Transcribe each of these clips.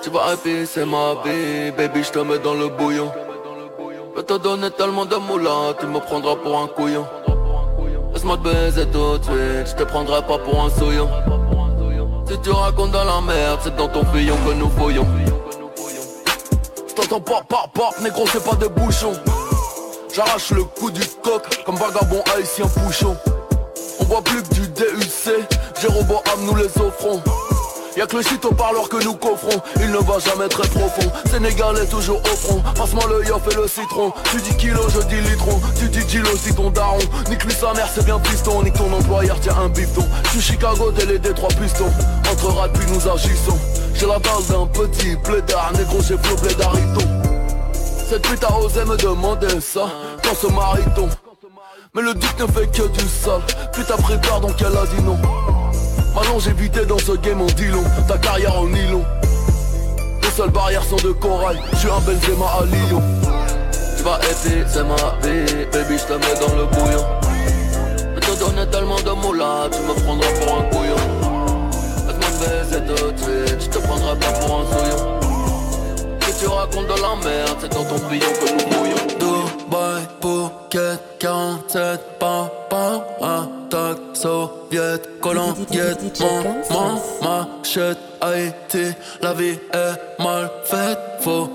Tu vas épicer ma vie, baby, je te mets dans le bouillon. Je vais te donner tellement de moulin, tu me prendras pour un couillon. Laisse-moi te baiser tout de suite, je te prendrai pas pour un souillon. Si tu racontes dans la merde, c'est dans ton fillon que nous fouillons. J't'entends pas, négro c'est pas des bouchons. J'arrache le cou du coq, comme vagabond haïtien pouchon. On voit plus que du DUC, Jéroboam nous les offrons. Y'a que le shit au parleur que nous coffrons. Il ne va jamais très profond. Sénégalais toujours au front. Passe-moi le yoff et le citron. Tu dis kilo, je dis litron. Tu dis kilo si ton daron. Nique lui sa mère, c'est bien piston. Nique ton employeur, tiens un bifton. J'suis Chicago dès les Détroits pistons. Entre rats puis nous agissons. J'ai la dalle d'un petit plaidard. Négro j'ai flow blédarito. Cette pute a osé me demander ça. Quand se marie-t-on? Mais le doute ne fait que du sale. Pute a pris peur donc elle a dit non. Ma longévité dans ce game en dit long. Ta carrière en nylon. Les seules barrières sont de corail. J'suis un Benzema à Lyon. Tu vas épicer ma vie, baby, j'te mets dans le bouillon. Je te donner tellement de mots là, tu me prendras pour un couillon. Laisse-moi te baiser tout de suite, j'te prendrai pas pour un souillon. Si tu racontes de la merde, c'est dans ton pillon que nous mouillons. Dubaï, Phuket, 47, papa, attaque, soviet, colombiette, mon machette, Haïti, la vie est mal faite, faut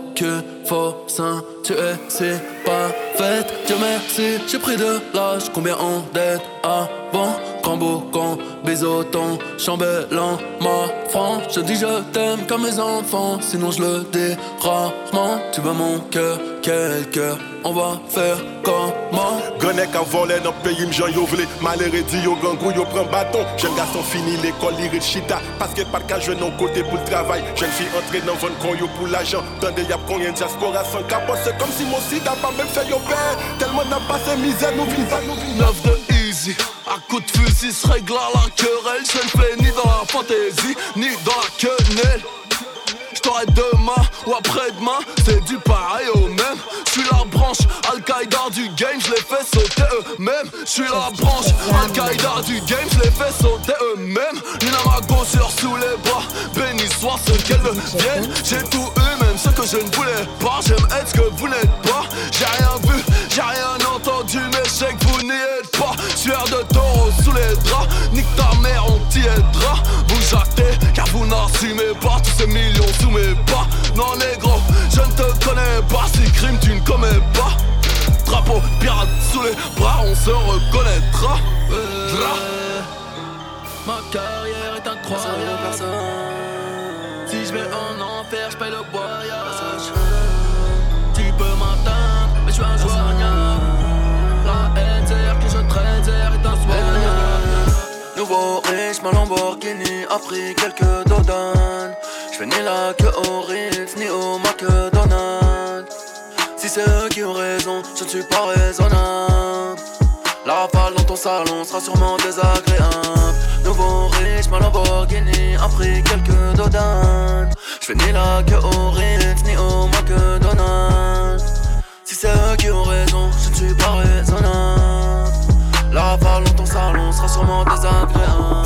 s'intuer, c'est pas fait, Dieu merci, j'ai pris de l'âge, combien on dette avant, Camboucan, Bisoton, chambellan, ma France, je dis je t'aime comme mes enfants, sinon je le dis rarement, tu veux mon cœur, quel cœur, on va faire comment? Grenek a volé dans le pays, m'jan yo vle. Malheureux dit yo gangou, yo prend bâton. Jeune garçon fini l'école, il de chita. Parce que pas de cas, jeune en côté pour le travail. Jeune fille entrée dans vente con yo pour l'argent. Tandis y'a combien de diaspora sans capot. C'est comme si mon sida pas même fait yo père. Tellement n'a passé misère, nous vivons. 9 de easy, à coup de fusil se règle à la querelle. Je ne fais ni dans la fantaisie, ni dans la quenelle. J't'aurai demain ou après-demain, c'est du pareil au même. J'suis la branche Al-Qaïda du game, j'les fais sauter eux-mêmes. J'suis la branche Al-Qaïda du game, j'les fais sauter eux-mêmes. Nina ma gossure sous les bras, béni soit ce qu'elle devienne. J'ai tout eu, même ce que je ne voulais pas. J'aime être ce que vous n'êtes pas. J'ai rien vu, j'ai rien entendu, mais je sais que vous n'y êtes pas. Sueur de taureau sous les draps, nique ta mère, on t'y aidera. Vous jactez, car vous n'assumez pas tous ces millions sous mes pas. Non négro, je ne te connais pas. Si crime tu ne commets pas. Drapeau pirate sous les bras, on se reconnaîtra. Ma carrière est incroyable. Si je vais en enfer, je paye le voyage. Tu peux m'atteindre, mais je suis injoignable. La haine, c'est que je traîne, c'est insoignable. Nouveau riche, ma Lamborghini a pris quelques dodanes. J'fais ni la queue au Ritz, ni au McDonald's. Si c'est eux qui ont raison, je ne suis pas raisonnable. La rafale dans ton salon sera sûrement désagréable. Nouveau riche, ma Lamborghini a pris quelques dodanes. J'fais ni la queue au Ritz, ni au McDonald's. Si c'est eux qui ont raison, je ne suis pas raisonnable. La rafale dans ton salon sera sûrement désagréable.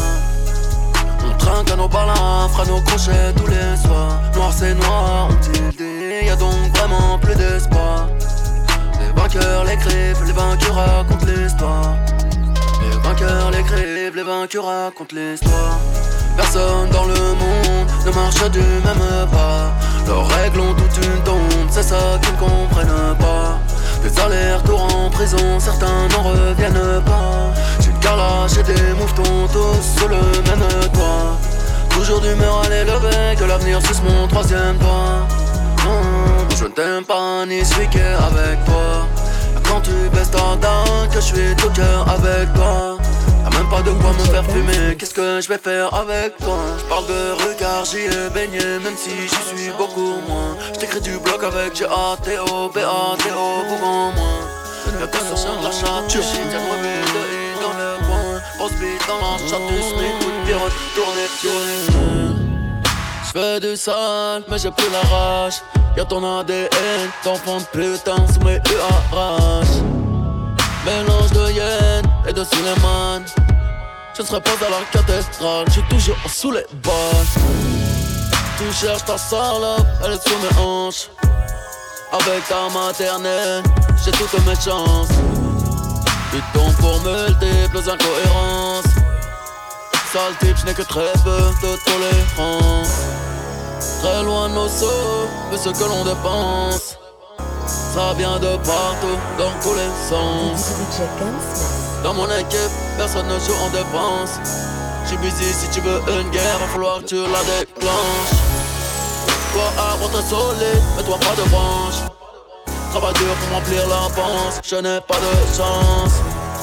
On trinque à nos balins, fera nos crochets tous les soirs. Noir c'est noir, ont-ils dit, y'a donc vraiment plus d'espoir. Les vainqueurs l'écrivent, les vainqueurs racontent l'histoire. Les vainqueurs l'écrivent, les vainqueurs racontent l'histoire. Personne dans le monde ne marche du même pas. Leurs règles ont toute une tonte, c'est ça qu'ils ne comprennent pas. Des allers-retours en prison, certains n'en reviennent pas. J'ai une calache et des mouvements tous sur le même toit. Toujours d'humeur à l'élever, que l'avenir suce mon troisième doigt. Non, je ne t'aime pas ni celui qui est avec toi. Quand tu baisses ta dent, que je suis tout cœur avec toi. Y'a même pas de quoi me faire fumer, qu'est-ce que je vais faire avec toi? Je parle de regard, j'y ai baigné, même si j'y suis beaucoup moins. J't'écris du bloc avec G-A-T-O, B-A-T-O, vous en moins. Y'a que sur son de la chatte, tu sais, y'a moi de I dans le coin. Grosse bite dans la chatte, du street, coup de pirote, tourner. J'fais du sale, mais j'ai plus la rage. Y'a ton ADN, d'enfant de putain sous mes URH. Mélange de Yen et de Suleiman. Je ne serai pas à la cathédrale, j'suis toujours sous les balles. Tu cherches ta salope, elle est sous mes hanches. Avec ta maternelle, j'ai toutes mes chances. Tu tombes pour multiples incohérences. Sale type, je n'ai que très peu de tolérance. Très loin de nos sauts, mais ce que l'on dépense, ça vient de partout, dans tous les sens. Dans mon équipe, personne ne joue en défense. J'suis busy, si tu veux une guerre, va falloir que tu la déclenches. Toi arbre très solide, mais toi pas de branche. Travaille dur pour remplir la panse, je n'ai pas de chance.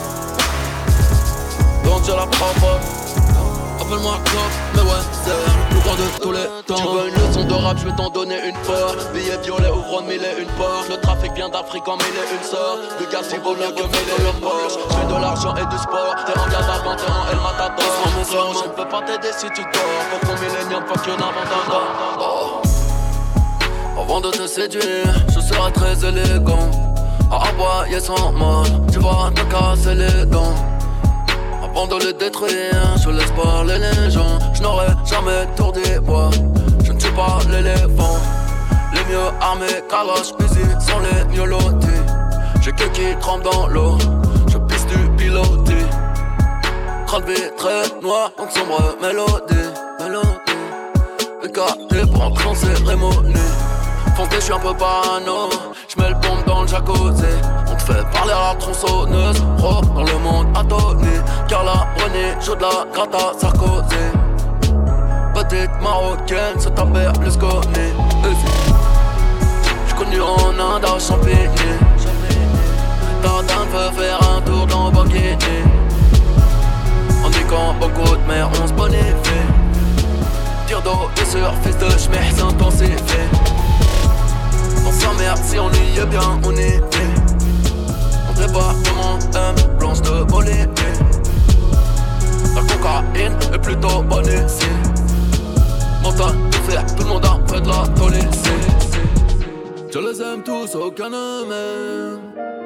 Donc je la prends. Appelle-moi Cop, mais ouais, c'est le plus grand de tous les temps. Tu veux une leçon de rap, je vais t'en donner une fois. Billet violet, ouvrant de mille et une porte. Le trafic vient d'Afrique en mille et une sort. Le gars il vaut mieux que mille et une Porsche. Je fais de l'argent et du sport. T'es en garde avant, t'es en El Matador. Je ne peux pas t'aider si tu dors. Pour ton millénium, fuck you n'invente un don. Avant de te séduire, je serai très élégant. À aboyer sans mal, tu vas te casser les dents. Avant de les détruire, je laisse parler les gens. Je n'aurai jamais tour des bois, je ne suis pas l'éléphant. Les mieux armés, caloches, musique sont les mieux lotis. J'ai que qui trempe dans l'eau, je pisse du pilotis. Crâne très noir, donc sombre mélodie. Écarté pour entrer en cérémonie. Fonté, je suis un peu parano, je mets le pompe dans le jacuzzi. On te fait parler à la tronçonneuse, pro dans le monde atone. Car la René, chaud de la Grata Sarkozy. Petite marocaine, se taper plus connue. J'suis connu en Inde à Champigny. Ta dame veut faire un tour dans Bokini. On dit quand beaucoup de mer, on se bonifie. Tire d'eau et sur fils de schmeh s'intensifie. On s'emmerde si on y est bien, on est fait. On département M, blanche de Bolivie. La cocaïne est plutôt bonne ici. Montagne de fer, tout le monde a fait de la tollée. Je les aime tous, aucun ne m'aime.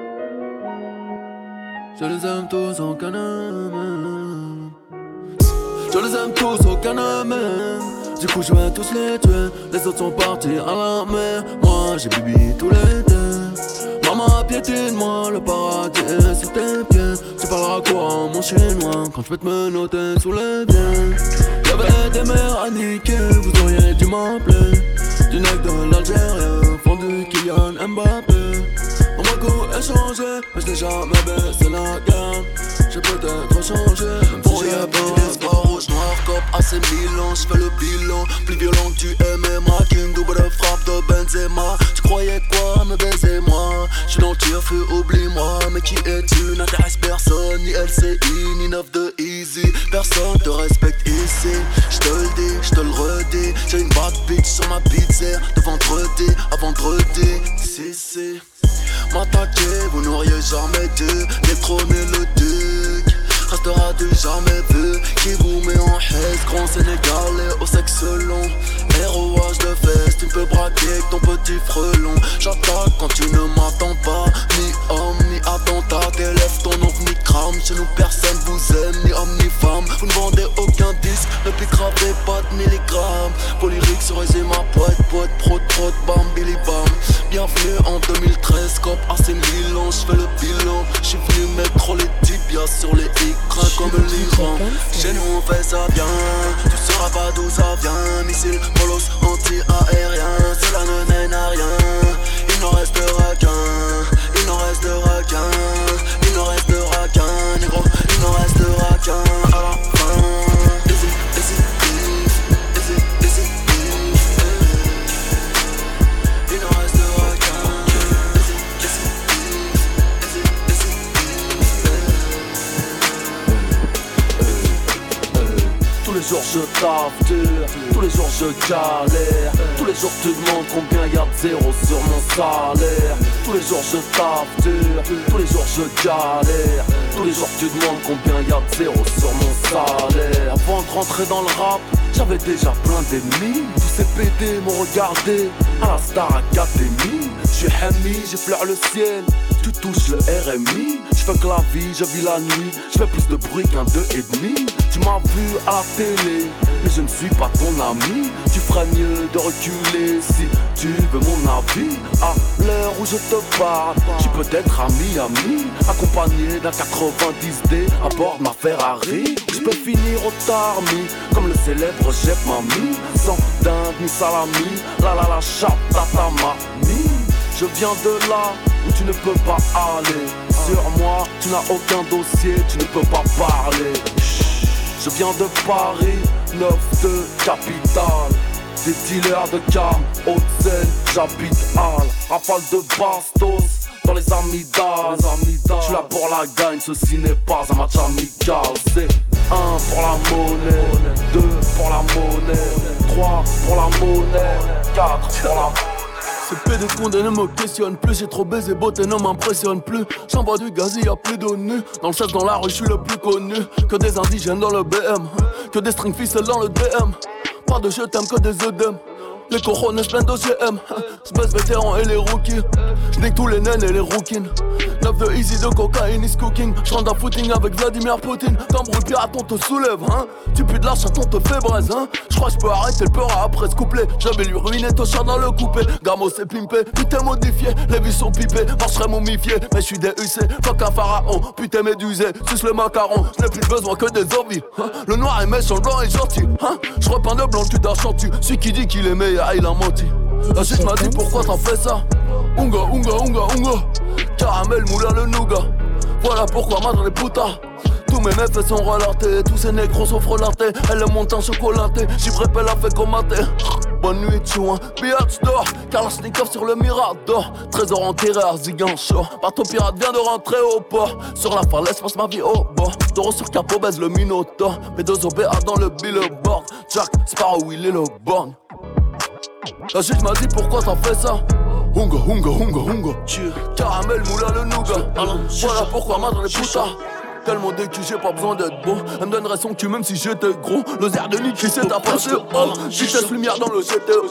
Je les aime tous, aucun ne m'aime. Je les aime tous, aucun ne m'aime. Du coup je vais tous les tuer. Les autres sont partis à la mer. Moi j'ai bibi tous les deux. Maman piétine-moi, le paradis est sur tes pieds. Tu parleras quoi mon chinois quand je vais te menotter sous les biens. Y'avait des mères à niquer, vous auriez dû m'appeler. Du nec de l'Algérien, fondu Kylian Mbappé. Mon magot est changé, mais je n'ai jamais baissé la gamme. J'ai peut-être changé, même si j'ai pas d'espoir. Rouge, noir, cop, AC Milan, j'fais le bilan. Plus violent que du MMA, qu'une double frappe de Benzema. Tu croyais quoi, me baiser-moi? J'suis dans le tire-feu, oublie-moi. Mais qui es-tu? N'intéresse personne, ni LCI, ni 9 de Easy. Personne te respecte ici, j'te le dis, j'te le redis. J'ai une bad bitch sur ma pizza de vendredi à vendredi. Si. M'attaquer, vous n'auriez jamais dû. L'électro mélodique restera du jamais vu. Qui vous met en haisse, grand sénégalais au sexe long. ROH de fesses, tu ne peux braquer avec ton petit frelon. J'attaque quand tu ne m'attends pas. Ni homme, ni attentat, t'élèves ton ovni crame. Chez nous personne vous aime, ni homme ni femme. Vous ne vendez aucun disque, ne plus gravez pas de milligrammes. Polyrique sur les ma poète, prod, bam, billy bam. Bienvenue en 2013, cop AC Milan, j'fais le bilan. J'suis venu mettre les tibias sur les écrans comme l'Iran. Chez nous on fait ça bien, tu sauras pas d'où ça vient. Missile, molos, anti-aérien, cela ne mène à rien. Il n'en restera qu'un, il n'en restera qu'un, il n'en restera qu'un, négro, il n'en restera qu'un à la fin. Tous les jours je taffe dur, tous les jours je galère. Tous les jours tu demandes combien y'a de zéro sur mon salaire. Tous les jours je taffe dur, tous les jours je galère. Tous les jours tu demandes combien y'a de zéro sur mon salaire. Avant de rentrer dans le rap, j'avais déjà plein d'ennemis. Tous ces PD m'ont regardé à la Star Academy. J'suis Hami, j'effleure le ciel, tu touches le RMI. J'fais que la vie, je vis la nuit, j'fais plus de bruit qu'un 2,5. Tu m'as vu à la télé, mais je ne suis pas ton ami. Tu ferais mieux de reculer si tu veux mon avis. À l'heure où je te parle, tu peux être à Miami, accompagné d'un 90D à bord de ma Ferrari. Je peux finir au tarmi, comme le célèbre chef Mami, sans dinde ni salami, la chapata mamie. Je viens de là où tu ne peux pas aller. Sur moi, tu n'as aucun dossier, tu ne peux pas parler. Je viens de Paris, 9-2, capitale. Des dealers de cam, Haute-Seine, j'habite Halle. Rafale de bastos dans les amygdales. J'suis là pour la gagne, ceci n'est pas un match amical. C'est 1 pour la monnaie, 2 pour la monnaie, 3 pour la monnaie, 4 pour la monnaie. Ces pédés condés ne me questionnent plus. J'ai trop baisé, beauté ne m'impressionne plus. J'envoie du gaz, y'a plus de nus. Dans le chef, dans la rue, j'suis le plus connu. Que des indigènes dans le BM, que des string ficelles dans le DM. Pas de je t'aime, que des œdèmes. Les cojones plein d'OGM. Space vétéran et les rookies. J'nique tous les naines et les rouquines. 9 de easy de cocaïne is cooking. J'rentre un footing avec Vladimir Poutine. T'embrouilles pirate, on te soulève, hein. Tu pues de la chatte, on te fait braise, hein. J'crois j'peux arrêter le peur après ce couplet. J'avais lui ruiné ton chat dans le coupé. Gamo c'est pimpé, putain modifié. Les vis sont pipées, marcherait momifié. Mais j'suis DUC, fuck un pharaon. Putain médusé, suce le macaron. J'n'ai plus besoin que des envies, hein. Le noir est méchant, le blanc est gentil, hein. J'repeins de blanc le cul d'un chantu. Celui qui dit qu'il est meilleur, il a menti. La shit m'a dit pourquoi t'as fait ça. Unga, unga, unga, unga. Caramel, moulin, le nougat. Voilà pourquoi madre les putas. Tous mes meufs sont relatés. Tous ces négros sont frelatés. Elle est montée en chocolaté. J'y prépare la fait comme maté. Bonne nuit, chouin. Biatch d'or. Kalashnikov sur le Mirador. Trésor enterré à Zigancho. Bateau pirate vient de rentrer au port. Sur la falaise, passe ma vie au bord. Taureau sur capot, baise le Minotaur. P2 OBA dans le billboard. Jack Sparrow, il est le borgne. La shit m'a dit pourquoi t'as fait ça. Hunga, hunga, hunga, hunga. Caramel, moulin, le nougat. Voilà pourquoi madre les putas. Tellement décu, j'ai pas besoin d'être bon. Elle me donnerait son cul même si j'étais gros. Le zère de Nicky s'est approché. Vitesse lumière dans le GTO.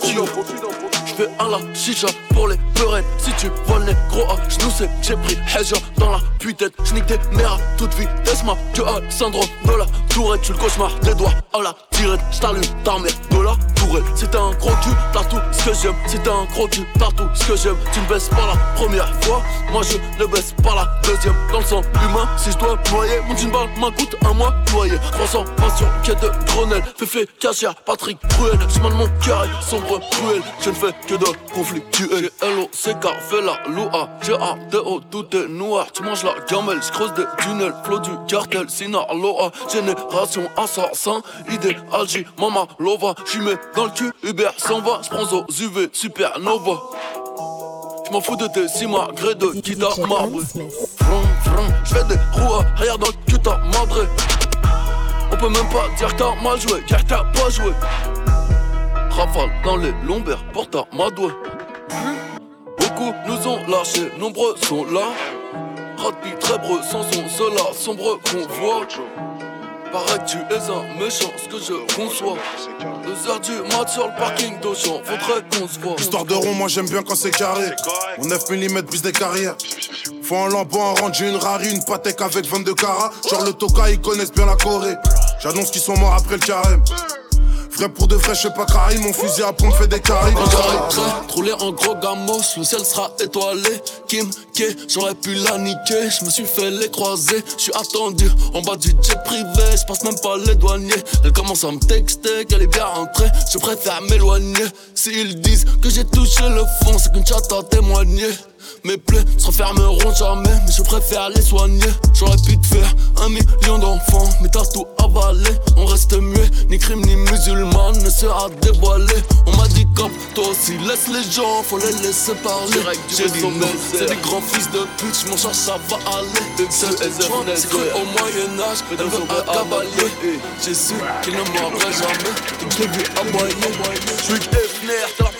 J'fais un la chicha pour les peurettes. Si tu voles les gros j'nous sais que j'ai pris Hedja dans la putain. J'nique tes mères à toute vitesse. Ma que a le syndrome de la tourette. J'suis le cauchemar des doigts à la tirette. J't'allume ta mère de la tourette. Si t'as un gros cul, t'as tout ce que j'aime. Si t'as un gros cul, t'as tout ce que j'aime. Tu me baisses pas la première fois, moi je ne baisse pas la deuxième. Dans le sang humain, si je dois noyer, mon jean balle m'en coûte un mois loyer. 300 pas sur quai de Grenelle. Féfé, cachère, Patrick Bruel. Chemin de mon cœur est sombre, cruel. Je ne fais que de conflictuel. L-O-C-K, fais la loua. G-A-D-O, tout est noir. Tu manges la gamelle, j'creuse des tunnels. Flot du cartel, Sinaloa. Génération assassin, idéalgie, Mama Lova. J'y mets dans le cul, Uber s'en va. J'prends aux UV, Supernova. J'm'en fous de tes simagrées de guitare marbre. J'fais des roues arrière dans le cul, t'as madré. On peut même pas dire que t'as mal joué, car t'as pas joué. Rafale dans les lombaires pour ta madoué. Beaucoup nous ont lâchés, nombreux sont là. Rapide, très breux, sans son seul à sombre convoi. Paraît que tu es un méchant, ce que je conçois. 2h du mat sur le parking d'Auchan, faudrait qu'on se voit. Histoire de rond, moi j'aime bien quand c'est carré. Mon 9 mm brise des carrières. Faut un lambeau, un rendu, une rari, une patek avec 22 carats. Genre le Toka, ils connaissent bien la Corée. J'annonce qu'ils sont morts après le carême. Vrai pour de vrai, je sais pas carré, mon fusil à pompe fait des carrés. Quand j'arrêterai, rouler en gros gamos, le ciel sera étoilé. Kim K, j'aurais pu la niquer, je me suis fait les croiser. Je suis attendu en bas du jet privé, je passe même pas les douaniers. Elle commence à me texter qu'elle est bien rentrée, je préfère m'éloigner. S'ils disent que j'ai touché le fond, c'est qu'une chatte a témoigné. Mes plaies se refermeront jamais, mais je préfère les soigner. J'aurais pu te faire 1 million d'enfants, mais t'as tout avalé. On reste muet, ni crime ni musulman ne sera dévoilé. On m'a dit comme toi aussi, laisse les gens, faut les laisser parler. J'ai dit non, c'est des grands fils de pute, j'm'en charge, ça va aller. C'est cru au Moyen-Âge, elle veut un cavalier. J'ai su qu'il ne m'aurait jamais, et que je l'ai vu aboyer. J'suis Hefner, t'as la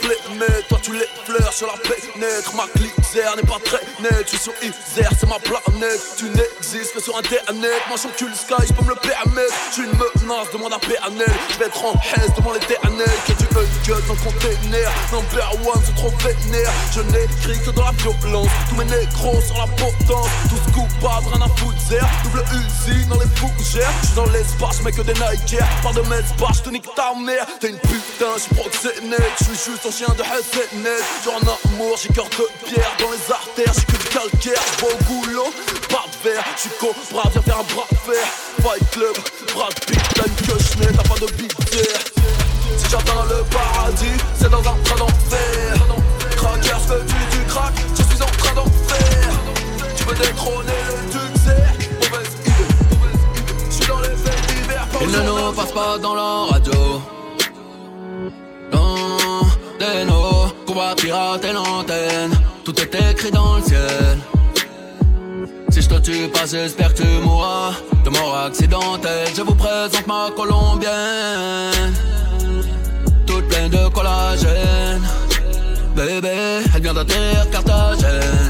planète. Toi tu les fleurs sur la pénètre. Ma clizère n'est pas très nette. Je suis sur Isère, c'est ma planète. Tu n'existes que sur internet. Moi j'encule Sky, j'peux me le permettre. J'suis une menace, demande à PNL. J'vais être en haise, demande l'éternel. Que tu uncut dans le container. Number one, c'est trop vénère. Je n'écris que dans la violence. Tous mes négros sur la potence. Tous coupables, rien à foutre zère. Double Uzi dans les fougères. J'suis dans l'espace, j'mets que des Nike. Par de mes spas, j'te nique ta mère. T'es une putain, j'suis proxénète. J'suis juste un chien de Hessenet. Genre en amour, j'ai cœur de pierre. Dans les artères, j'ai que du calcaire. J'bois au goulot, pas de verre. J'suis cobra, viens faire un bras de fer. Fight Club, Brad Pitt, t'as une queue chenée, t'as pas de bizarre. Si j'atteins le paradis, c'est dans un train d'enfer. Craqueur, ce que tu craques, je suis en train d'en faire. Tu veux détrôner le succès, mauvaise idée. J'suis dans les faits divers. Il ne nous passe pas dans la radio. Non, des nos qu'on va pirater l'antenne. Tout est écrit dans le ciel. Si je te tue pas, j'espère que tu mourras de mort accidentelle. Je vous présente ma colombienne, toute pleine de collagène. Bébé, elle vient d'atterrir Carthagène.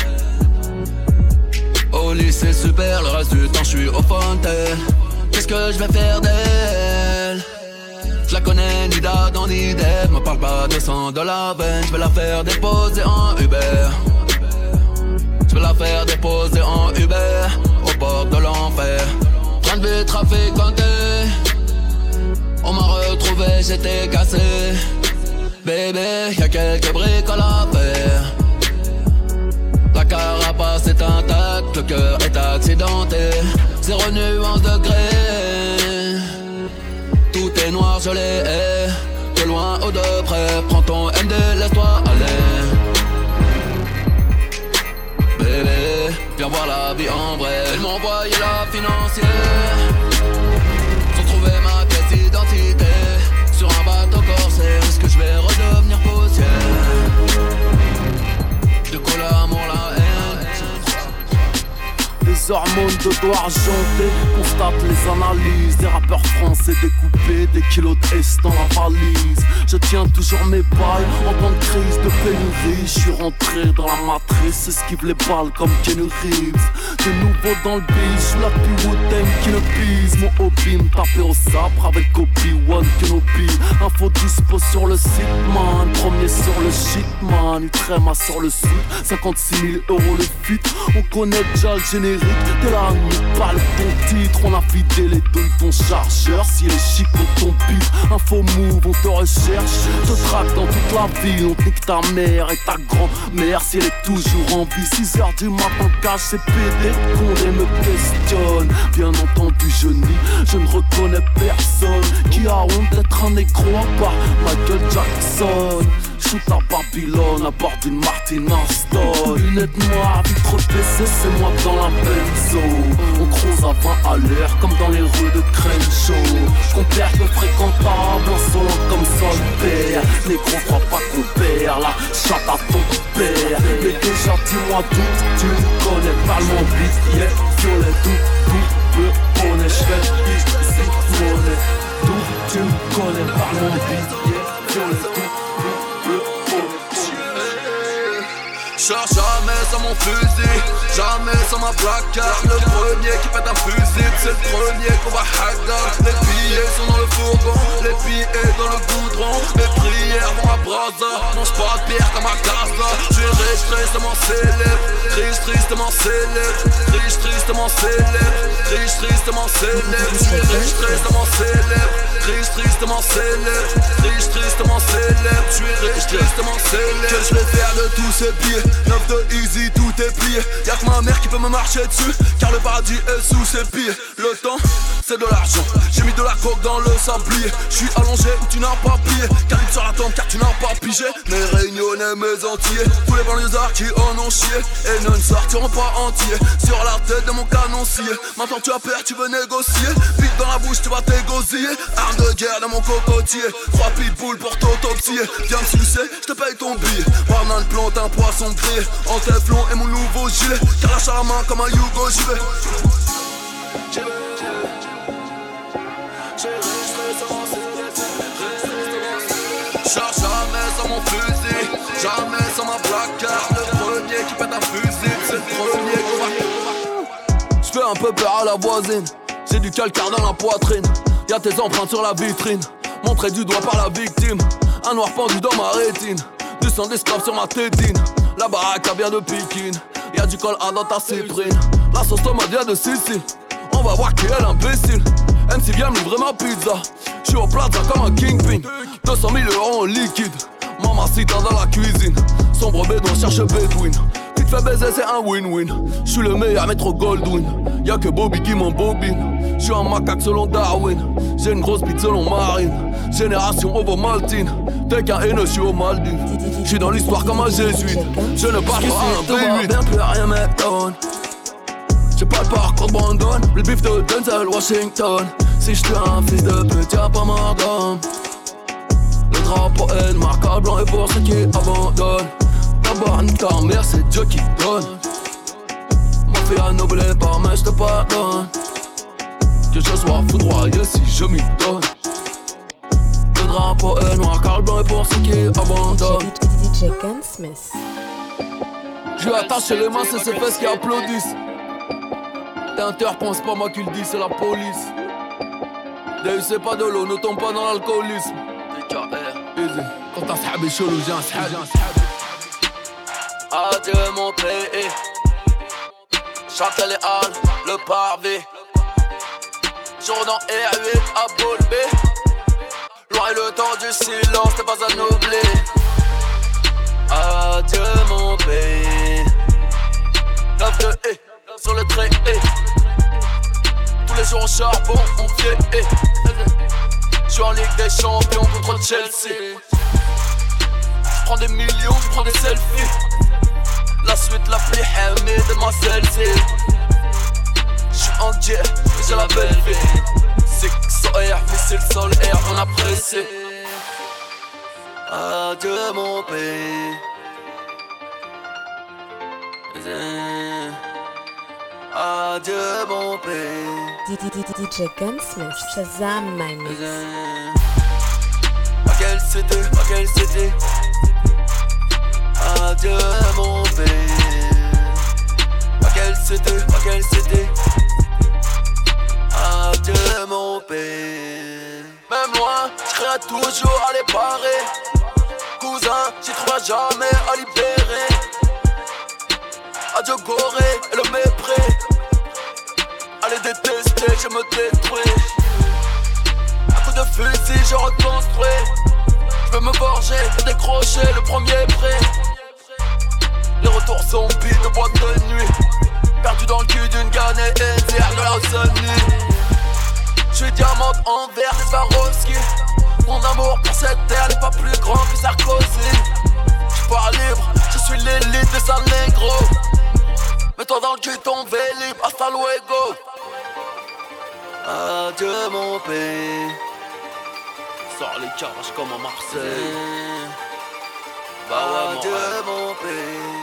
Au lycée super, le reste du temps je suis au fontaine. Qu'est-ce que je vais faire d'elle? Je la connais ni d'Adam ni d'Ève. Me parle pas de sang de la veine. Je vais la faire déposer en Uber. Je vais la faire déposer en Uber au bord de l'enfer. Train de vie trafiquanté. On m'a retrouvé, j'étais cassé. Bébé, y'a quelques bricoles à faire. La carapace est intacte, le cœur est accidenté. 0 nuance de gré. Tout est noir, je les hais. De loin ou de près, prends ton MD, laisse-toi aller. Bébé, viens voir la vie en vrai. Ils m'ont envoyé la financière sans trouver ma pièce d'identité. Sur un bateau corsaire, est-ce que je vais redevenir poussière? De quoi l'amour, la haine? Les hormones de dos argenté constatent les analyses. Des rappeurs français découpés, des kilos de S dans la valise. Je tiens toujours mes bails en temps de crise de pénurie. Je suis rentré dans la matrice, esquive les balles comme Keanu Reeves. De nouveau dans le beat, sous la plus Wu-Tang qui ne pise. Mon hobby me taper au sabre avec Obi-Wan Kenobi. Info dispo sur le site man, premier sur le shit man. Utrema sur le site, 56 000 € le fit. On connaît déjà le générique de la nuit, pas le bon titre. On a vidé les deux de ton chargeur. Si les chics ont ton pif, info move, on te recherche. Je traque dans toute la ville, on nique ta mère et ta grand-mère si elle est toujours en vie. 6h du matin, cache ses PD, Condé me questionne. Bien entendu je nie, je ne reconnais personne qui a honte d'être un négro à part Michael Jackson. Shoot à Babylone à bord d'une Martin Aston. Lunettes noires, vitre baissée, c'est moi dans la benzo. On croise à 20 à l'heure comme dans les rues de Crenshaw. J'compère peu fréquentable, insolent comme solitaire. Négro, crois pas qu'on perd, la chatte à ton père. Mais déjà dis-moi d'où tu me connais, parle-moi vite, yeah. Violet, double bonnet, j'fais easy money. D'où tu me connais, parle-moi vite, yeah. Violet, double. Cherche jamais sans mon fusil, jamais sans ma placard. Le premier qui pète un fusil, c'est le premier qu'on va hacker. Les billets sont dans le fourgon, les billets dans le goudron. Mes prières vont à brasa, mange pas de pierre comme à casa. Je suis riche, tristement célèbre, riche, tristement célèbre, riche, tristement célèbre, riche, tristement célèbre. Je suis riche, tristement célèbre, riche, tristement célèbre, riche, tristement célèbre. Je suis riche, tristement célèbre. Que je vais faire de tous ces billets? 9 de easy, tout est plié. Y'a que ma mère qui peut me marcher dessus, car le paradis est sous ses pieds. Le temps, c'est de l'argent. J'ai mis de la coke dans le sablier. J'suis allongé où tu n'as pas plié. Calibre sur la tombe car tu n'as pas pigé. Mes réunionnais, mes entiers, tous les banlieusards qui en ont chié et ne sortiront pas entiers. Sur la tête de mon canoncier. Maintenant tu as peur, tu veux négocier. Vite dans la bouche, tu vas t'égosiller. Arme de guerre dans mon cocotier. 3 pitbulls pour t'autopsier. Viens me sucer, j'te paye ton billet. Banane plante un poisson grillé en téflon et mon nouveau gilet. Car lâche à la main comme un Hugo, j'y vais. Charge jamais sans mon fusil, jamais sans ma placard. Le premier qui pète un fusil, c'est le premier qu'on va. J'fais un peu peur à la voisine, j'ai du calcaire dans la poitrine. Y'a tes empreintes sur la vitrine, montré du doigt par la victime. Un noir pendu dans ma rétine, du sang d'esclave sur ma tétine. La baraque vient de Pékin, y'a du col A dans ta cyprine. La sauce tomate vient de Sicile, on va voir qui est l'imbécile. MC vient me livrer ma pizza, j'suis au plaza comme un kingpin. 200 000 € en liquide, mamacita dans la cuisine. Sombre bédouin cherche Bedouin, tu te fais baiser c'est un win-win. J'suis le meilleur maître Goldwyn, y'a que Bobby qui m'embobine. J'suis un macaque selon Darwin, j'ai une grosse bite selon Marine. Génération Ovo-Maltine, t'es qu'un haineux, j'suis aux Maldives. J'suis dans l'histoire comme un jésuite, je ne parle pas à un B8. Bien plus rien m'étonne, j'ai pas le parcours de Brandon, le bif de Denzel Washington. Si j'tue un fils de pute, y'a pas ma gomme. Le drapeau est marqué blanc et pour ceux qui abandonnent. D'abord ta mère, c'est Dieu qui donne. Ma fille a n'oublie pas, mais j'te pardonne. Que je sois foudroyé si je m'y donne. Le drapeau est noir, car le blanc est pour ceux qui abandonnent. DJ Gunsmith. Je lui attaché les mains, c'est ses fesses qui applaudissent. T'es pense pas moi qui le dis, c'est la police. D'ailleurs c'est pas de l'eau, ne tombe pas dans l'alcoolisme. DKR, easy. Quand t'as sahabi chelou, j'ai un sahabi. Adieu mon pays, Châtel et Halles, le pavé. Jourdan R8 à Paul B. Loin est le temps du silence, t'es pas à oublier. Adieu mon pays. 9 de E, sur le trait E. Tous les jours au charbon, on pied E. J'suis en Ligue des Champions contre Chelsea. J'prends des millions, j'prends des selfies. La suite la plus aimée de ma celle-ci. J'suis en jet, j'ai la belle vie. Six air, missile sol air, on apprécie. Adieu mon pays. Adieu mon pays. DJ Gunsmith, Shazam my mix. À quelle cité, Adieu mon pays. À quelle cité, Adieu mon pays. Même loin, j'serai toujours à les parer. Cousin, j'y trouverai jamais à libérer. Adieu Gorée et le mépris. Allez détester, je me détruis. À coup de fusil, je reconstruis. Je veux me venger, décrocher le premier prix. Les retours zombies de boîte de nuit. Perdu dans le cul d'une gannée et de la Océanie. J'suis diamante en verre et Swarovski. Mon amour pour cette terre n'est pas plus grand que Sarkozy. J'suis pas libre, je suis l'élite des sales négros. Mets-toi dans le cul ton vélib, hasta luego. Adieu mon pays. Sors les carages comme à Marseille. Adieu mon pays.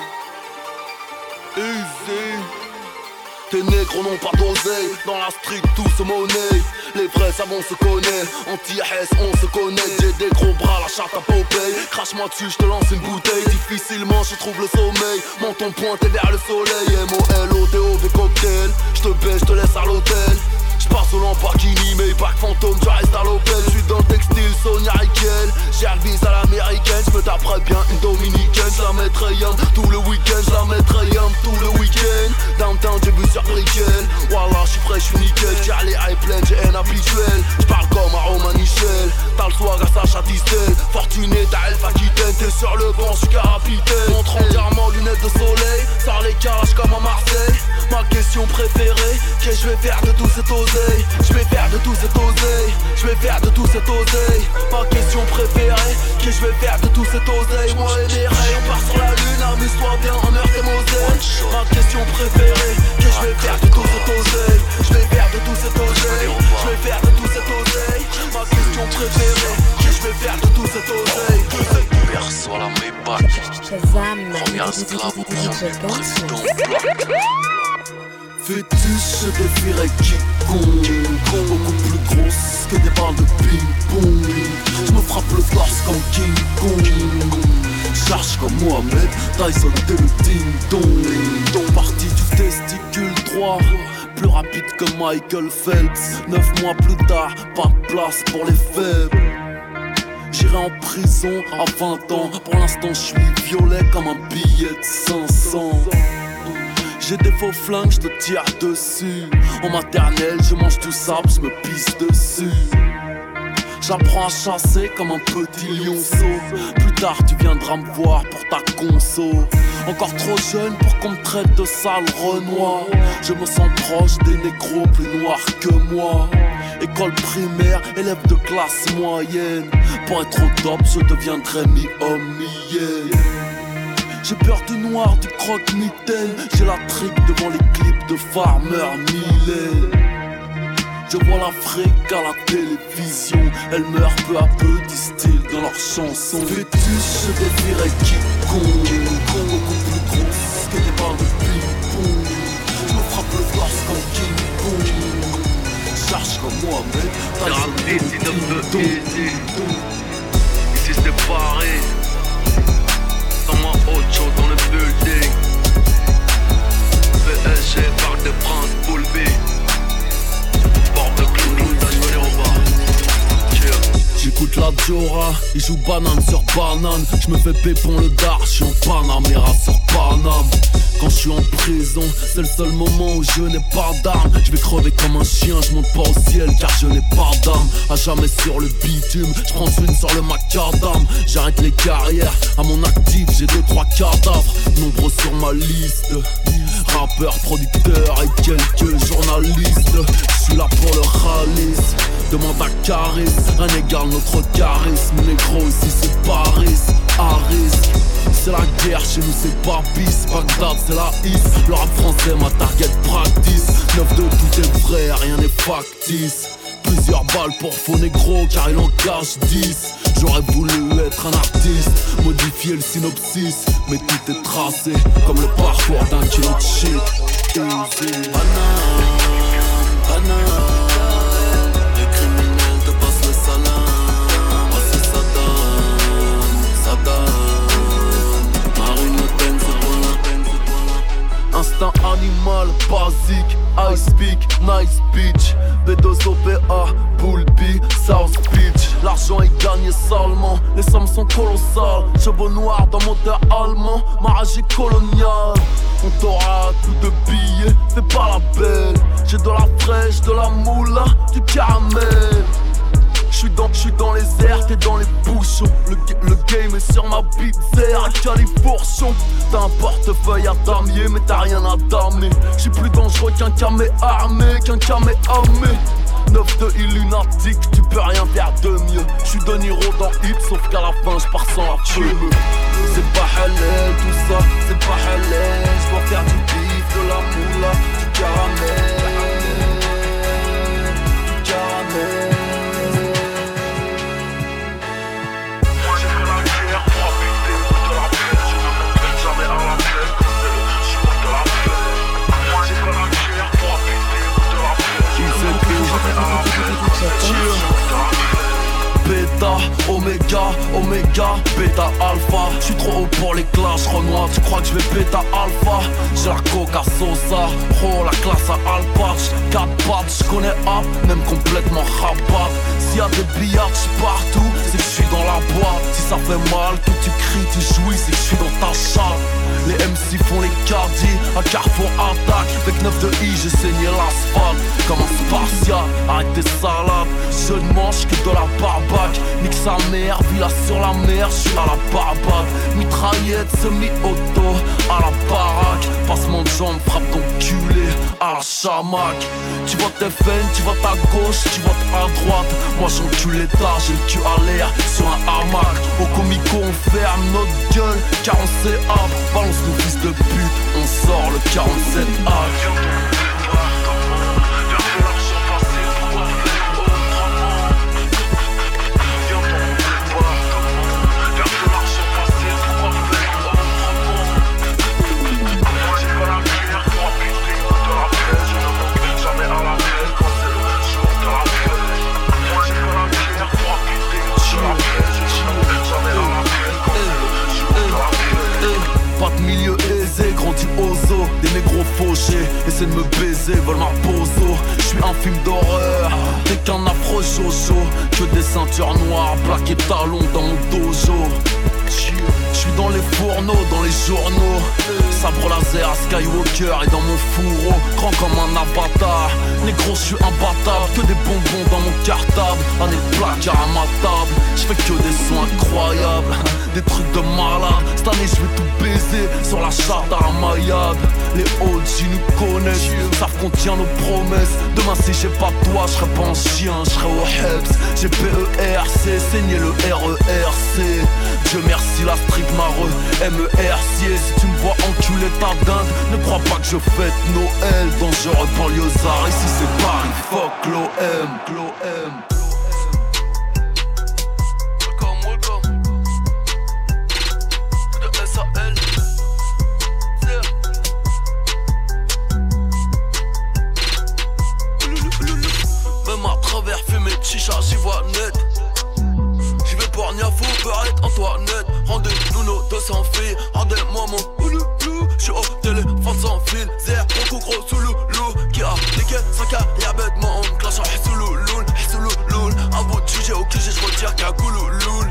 Easy. Tes négros n'ont pas d'oseille. Dans la street tout se monnaie. Les vrais savons se connaître. Anti-S on se connaît. J'ai des gros bras, la chatte à Popeye. Crache-moi dessus, je te lance une bouteille. Difficilement je trouve le sommeil. Menton pointé vers le soleil. M-O-L-O-T-O-V cocktail. Je te baisse, je te laisse à l'hôtel. J'passe au Lamborghini, Maybach fantôme, tu restes à l'Opel. J'suis dans le textile, Sonia Riquel. J'ai le vis à l'américaine, j'me taperai bien une dominicaine. J'la mettrai yam tout le week-end, j'la mettrai yam tout le week-end. Downtown j'ai vu sur Brickell. Wallah j'suis frais, j'suis nickel. J'ai les high planes, j'ai un habituel. J'parle comme à Romain Michel. T'as le swag à Sacha Distel. Fortuné, t'as Elf Aquitaine. T'es sur le banc, j'suis capitaine. Montre entièrement lunettes de soleil. Sors les calages comme à Marseille. Ma question préférée, qu'est-ce que je vais faire de tout cet oseille? Je vais faire de tout cet oseille. Je vais faire de tout cet oseille. Ma question préférée, qu'est-ce que je vais faire de tout cet oseille? Moi et mes rayons, on part sur la lune, amuse-toi bien en heure et Moselle. Ma question préférée, qu'est-ce que je vais faire de tout cet oseille? Je vais faire de tout cet oseille. Je vais faire de tout cet oseille. Ma question préférée, qu'est-ce que je vais faire de tout cet oseille? Perçois la Maybach. Shazam my Première mix. esclave, DJ Gunsmith. Fétiche, je défierais quiconque. Beaucoup plus grosse que des balles de ping-pong. Je me frappe le torse comme King Kong. Charge comme Mohamed, Tyson de le ding-dong. Partie du testicule droit, plus rapide que Michael Phelps. 9 mois plus tard, pas de place pour les faibles. J'irai en prison à 20 ans. Pour l'instant je suis violet comme un billet de 500. J'ai des faux flingues, je te tire dessus. En maternelle, je mange du sable, je me pisse dessus. J'apprends à chasser comme un petit lionceau. Plus tard tu viendras me voir pour ta conso. Encore trop jeune pour qu'on me traite de sale renoir. Je me sens proche des négros plus noirs que moi. École primaire, élève de classe moyenne. Pour être au top, je deviendrai mi-homme, mi-hyène. J'ai peur du noir, du croque-mitaine. J'ai la trique devant les clips de Farmer Millet. Je vois l'Afrique à la télévision. Elle meurt peu à peu, disent-ils dans leurs chansons. Fétiche, je défierais quiconque. Beaucoup plus grosse que des balles de ping-pong. Je me frappe le torse comme King Kong. Charge comme Mohamed, Tyson de le ici c'était Paris. Sans-moi autre chose dans le building. PSG, Parc des Princes, Pool B. Porte de Clou, t'as joué les robots. J'écoute la Diora, il joue banane sur banane. J'me fais pépon le dar, j'suis en Panamera sur Paname. Quand je suis en prison, c'est le seul moment où je n'ai pas d'armes. Je vais crever comme un chien, je monte pas au ciel car je n'ai pas d'âme. À jamais sur le bitume, je prends une sur le macadam. J'arrête les carrières, à mon actif j'ai 2-3 cadavres. Nombreux sur ma liste, rappeurs, producteurs et quelques journalistes. Je suis là pour le ralice, demande à Caris. Rien n'égale notre charisme, négro ici c'est Paris, à risque. C'est la guerre, chez nous c'est pas bis. Bagdad c'est la hisse, le rap français ma target practice. 9 de tout est vrai, rien n'est factice. Plusieurs balles pour faux négro car il en cache 10. J'aurais voulu être un artiste, modifier le synopsis. Mais tout est tracé, comme le parcours d'un kilo de shit. Easy. Les criminels te passent le salam. Moi c'est Saddam. Marine Le Pen, c'est Instinct animal, basique, I speak, nice bitch. B2OPA, Bull B, South Beach. L'argent est gagné salement, les sommes sont colossales. Cheveux noirs dans moteur allemand, mariage est colonial. On t'aura tout de billets, fais pas la belle. J'ai de la fraîche, de la moula, du caramel. J'suis dans les airs, t'es dans les bouchons. Le game est sur ma bite, à califourchon. T'as un portefeuille à damier, mais t'as rien à damer. J'suis plus dangereux qu'un camé armé, 9 de illunatique, tu peux rien faire de mieux. J'suis De Niro dans Hit, sauf qu'à la fin j'pars sans la fumée. C'est pas halal tout ça, c'est pas halal. J'dois faire du bif, de la moula, du caramel. Du caramel. Beta, Oméga, Beta, Alpha. J'suis trop haut pour les classes, Renoir. Tu crois que je vais Beta, Alpha? J'ai la coca Sosa, oh la classe à Alpatch. 4 pattes, j'connais App, même complètement rabat. S'il y a des billards partout, c'est que j'suis dans la boîte. Si ça fait mal, que tu cries, tu jouis, c'est que j'suis dans ta chatte. Les MC font les caddies, à Carrefour attaque. Avec 9 de I, j'ai saigné l'asphalte comme un spartiate. Arrête tes salades, je ne mange que de la barbaque. Nique sa mère, villa sur la mer, j'suis à la barbade. Mitraillette, semi-auto, à la baraque. Passement de jambes, frappe ton culé, à la chamac. Tu votes FN, tu votes à gauche, tu votes à droite. Moi j'encule l'État, j'ai le cul à l'air sur un hamac. Au comico on ferme notre gueule, car on sait hâte. Balance nos fils de pute, on sort le 47 hack. débranché, essaie de me baiser, veulent ma poso. J'suis un film d'horreur, t'es qu'un afro jojo. Que des ceintures noires, plaquées talons dans mon dojo. J'suis dans les fourneaux, dans les journaux. Sabre laser, Skywalker et dans mon fourreau. Grand comme un avatar, négro j'suis imbattable. Que des bonbons dans mon cartable, un placard à ma table. J'fais que des sons incroyables, des trucs de malade. Cette année j'vais tout baiser sur la charte Aramayade. Les OG nous connaissent, savent qu'on tient nos promesses. Demain si j'ai pas toi, j'serai pas un chien, j'serai au Heps. J'ai PERC, saigné le RERC. Dieu merci la street mareux, MERC. Si tu me vois enculer ta dinde, ne crois pas que je fête Noël. Dangereux banlieusard, ici c'est Paris, fuck l'OM. Même à travers fumée de chicha, j'y vois net. J'y vais pour Niafou, Perrette, Antoinette. Rendez-nous nos 200 filles, rendez-moi mon ouloulou. J'suis au téléphone sans fil, zère, beaucoup gros sous loulou. Qui a niqué 5 carrières bêtement, on clash en hissoulouloul, hissoulouloul. Un bout de sujet au QG, j'retire qu'un goulouloul.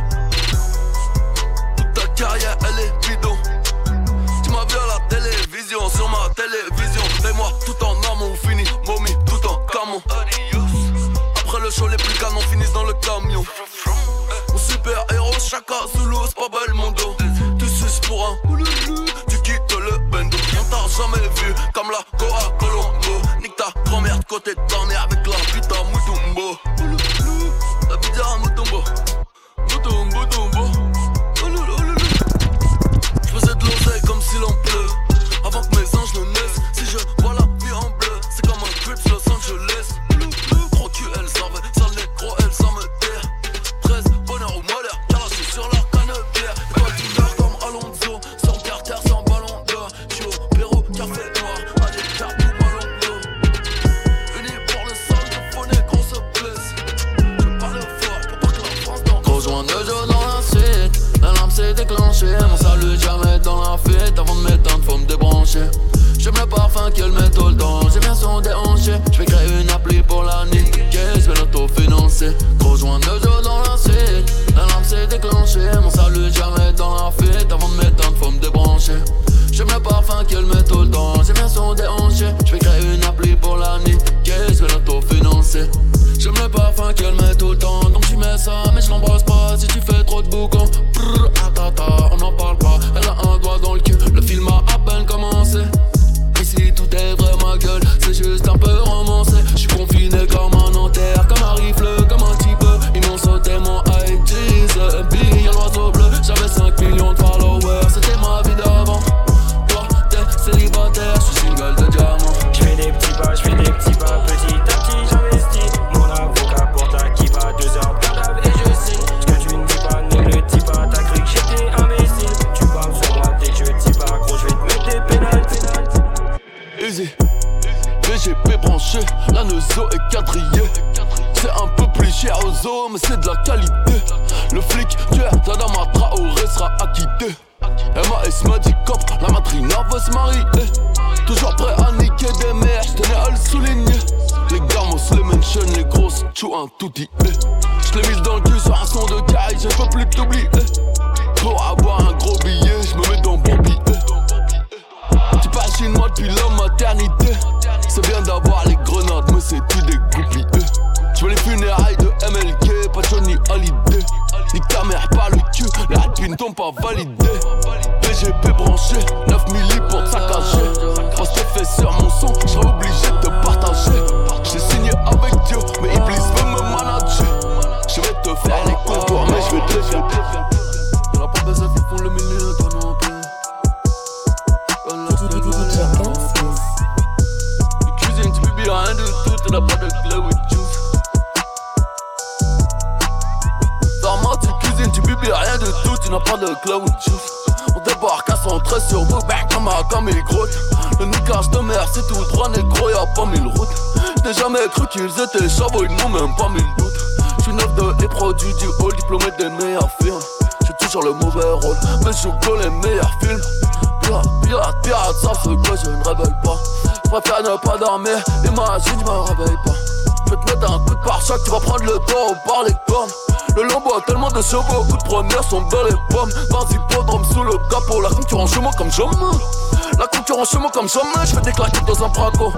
Toute ta carrière, elle est bidon. Tu m'as vu à la télévision, sur ma télévision. Fais-moi tout en amont, fini, momie, tout en camon. Après le show, les plus canons finissent dans le camion. Mon super héros, chacun sous l'eau, c'est pas bel mondo. Tu suces pour un ouloulou, tu quittes le bendo. On t'a jamais vu comme la Goa Colombo. Nique ta grand-mère de côté de ta mère avec la pita Moutumbo. Ouloulou, la pita Moutumbo. Moutumbo, Tumbo. Ouloulou. J'faisais de l'oseille comme si l'on pleut, avant que mes anges ne naissent. Si je vois la vie en bleu, c'est comme un Crips Los Angeles. Gros cul, elle savait, sale négro, elle s'en me terre. 13, bonheur ou malheur, calaché sur la cannebière. Pas d'humeur comme Alonso, sans carter, sans ballon d'or. J'suis au Pérou, café noir, à des cartes ou ballon d'eau. Unis pour le sol, de faux négro se blesse. Je parle fort pour pas que la France dans. Rejoins le jeu dans la suite, la lampe s'est déclenchée. Mon salut jamais dans la fuite, avant de m'éteindre faut me débrancher. J'aime le parfum qu'elle met tout le temps, j'ai bien son déhanché. J'vais créer une appli pour la niquer, j'vais l'autofinancer. Rejoindre le jeu dans la suite, la lampe s'est déclenchée. Mon salut jamais dans la fuite, avant de m'éteindre faut me débrancher. J'aime le parfum qu'elle met tout le temps, j'ai bien son déhanché. J'vais créer une appli pour la niquer, j'vais l'autofinancer. J'aime le parfum qu'elle met tout le temps, donc j'y mets ça, mais je l'embrasse pas. Si tu fais trop de boucons, on n'en parle pas. Elle a un doigt dans le cul, le film a à peine commencé. Ici tout est vrai ma gueule, c'est juste un peu romancé. J'suis confiné comme un Nanterre, comme un rifle, comme un type. Ils m'ont sauté mon IG's, billet l'oiseau bleu. J'avais 5 millions de followers, c'était ma vie d'avant. Toi t'es célibataire, j'suis single de diamant. J'fais des petits pas, petit à petit j'investis. Mon avocat porte la kippa, 2 heures de cadavre et je signe. Ce que tu ne dis pas, ne le dis pas, t'as cru que j'étais imbécile. Tu parles sur moi dès que je dis pas, gros j'vais te mettre des pénaltys. Easy, VGP branché, la Neuzo est quadrillée. C'est un peu plus cher aux zoo, mais c'est de la qualité. Le flic, tu es Tadama Traoré sera acquitté. MAS m'a dit cop, la matrina veut se marier. Toujours prêt à niquer des mères, j'tenais à le souligner. Les gamos, les mentions, les grosses, tchou un touti. J'l'ai mise dans le cul sur un son de caille, je peux plus t'oublier. Pour avoir un gros billet, j'me mets dans bon billet. Tu parles chinois depuis la maternité. C'est bien d'avoir les grenades, mais c'est tout des goupilles. J'veux les funérailles de MLK, pas Johnny Hallyday. Nique ta mère par le cul, les alpines t'ont pas validé. PGP branché, 9 milli pour te saccager. Quand je te fais sur mon son, j'serais obligé de te partager. J'ai signé avec Dieu, mais Iblis veut me manager. Je vais te faire les contours, mais je vais te faire. Y'en a pas besoin qui font le milieu, toi non plus. Cuisine, tu bibis rien de tout, t'as pas de clé with juice. Dormant, tu cuisines, tu bibis rien de tout, tu n'as pas de clé with juice. On débarque à 113 sur vous, bang, comme il grotte. Le niquage de mer, c'est tout droit, négro, y'a pas 1000 routes. J'n'ai jamais cru qu'ils étaient chavots, ils n'ont même pas 1000 doutes. J'suis neuf de les produits du hall, diplômé des meilleurs films. J'ai toujours le mauvais rôle, mais je joue que les meilleurs films. Pirate, savent ce que je ne révèle pas. préfère ne pas dormir. Imagine, je me réveille pas. Je vais te mettre un coup de pare-choc, tu vas prendre le taureau par les cornes. Le lambeau a tellement de chevaux, coup de première sont dans les pommes. Dans hippodrome sous le capot, la concurrence chez moi comme jamais. La concurrence chez moi comme jamais, je fais des claquettes dans un braco.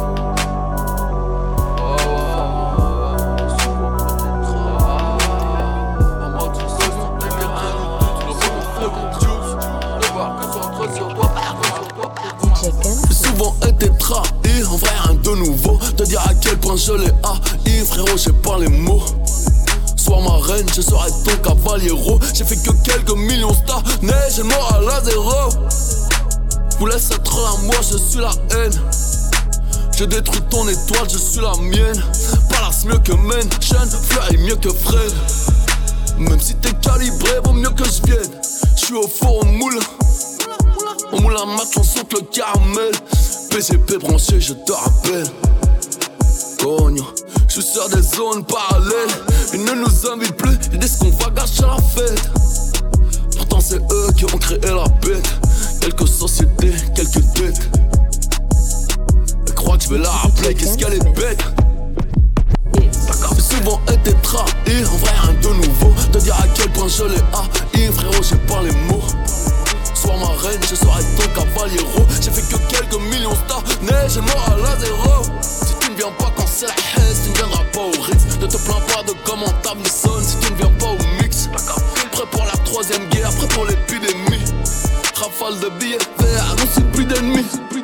J'ai souvent été trahi, en vrai rien de nouveau. Te dire à quel point je l'ai haï, frérot j'ai pas les mots. Sois ma reine, je serai ton cavaliero. J'ai fait que quelques millions stars, mais j'ai le moral à zéro. Vous laisse être là, moi je suis la haine. Je détruis ton étoile, je suis la mienne. Palace mieux que Mansion, Fly mieux que Fred. Même si t'es calibré, vaut mieux que je vienne. J'suis au four, on moule. On moule un match, on saute le caramel. PGP branché, je te rappelle. Cogno, j'suis sur des zones parallèles. Ils ne nous invitent plus, ils disent qu'on va gâcher la fête. Pourtant c'est eux qui ont créé la bête. Quelques sociétés, quelques dettes. Elle croit que je vais la rappeler, qu'est-ce qu'elle est bête. J'ai souvent été trahi, en vrai rien de nouveau. Te dire à quel point je l'ai haï, frérot j'ai pas les mots. Sois ma reine, je serai ton cavaliero. J'ai fait que quelques millions stars, mais j'ai le moral à zéro. Si tu ne viens pas quand c'est la haine, tu ne viendras pas au Ritz. Ne te plains pas de comment ta vie sonne si tu ne viens pas au mix. Prêt pour la troisième guerre, prêt pour l'épidémie. Rafale de billets verts, non c'est plus d'ennemis.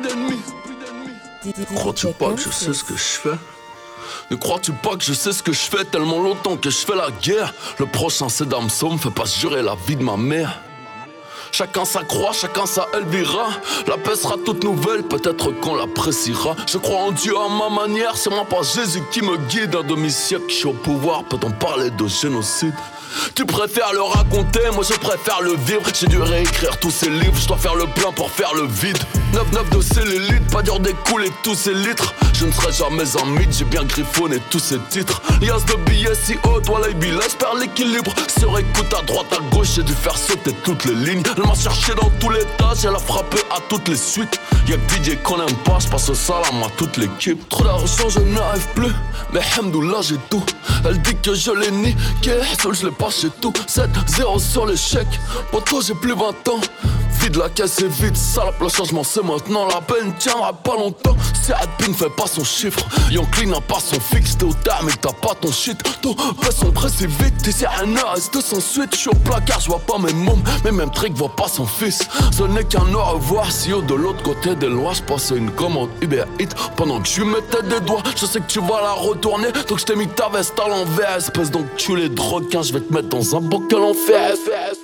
Crois-tu pas que je sais ce que je fais? Ne crois-tu pas que je sais ce que je fais tellement longtemps que je fais la guerre? Le prochain c'est Damso, me fais pas jurer la vie de ma mère. Chacun sa croix, chacun sa Elvira. La paix sera toute nouvelle, peut-être qu'on l'appréciera. Je crois en Dieu à ma manière, c'est moi pas Jésus qui me guide. Un demi-siècle, je suis au pouvoir, peut-on parler de génocide? Tu préfères le raconter, moi je préfère le vivre. J'ai dû réécrire tous ces livres, je dois faire le plein pour faire le vide. 9-9 de cellulite, pas dur d'écouler tous ces litres. Je ne serai jamais un mythe, j'ai bien griffonné tous ces titres. Lias de billets si haut, toi l'IB, je perds l'équilibre. Sur écoute à droite, à gauche, j'ai dû faire sauter toutes les lignes. Elle m'a cherché dans tous les tâches, elle a frappé à toutes les suites. Y'a que DJ qu'on aime pas, j'passe au salam à toute l'équipe. Trop d'argent, je n'arrive plus, mais hamdoullah j'ai tout. Elle dit que je l'ai niqué, seul je l'ai pas chez tout. 7-0 sur l'échec, poto j'ai plus 20 ans. Vide la caisse est vide, salope le changement c'est maintenant. La peine tiendra pas longtemps, si Adpin fait pas son chiffre. Yonkli n'a pas son fixe, t'es au terme et t'as pas ton shit. Ton presse sont pressés vite, t'es si un reste sans suite. J'suis au placard, j'vois pas mes mômes, mais même Trick voit pas son fils. Ce n'est qu'un au revoir, si au de l'autre côté des lois. J'passais une commande Uber Eats pendant que je mettais des doigts. Je sais que tu vas la retourner, donc j't'ai mis ta veste à l'envers. Espèce d'enculé de requin, j'vais te mettre dans un bocal en fer.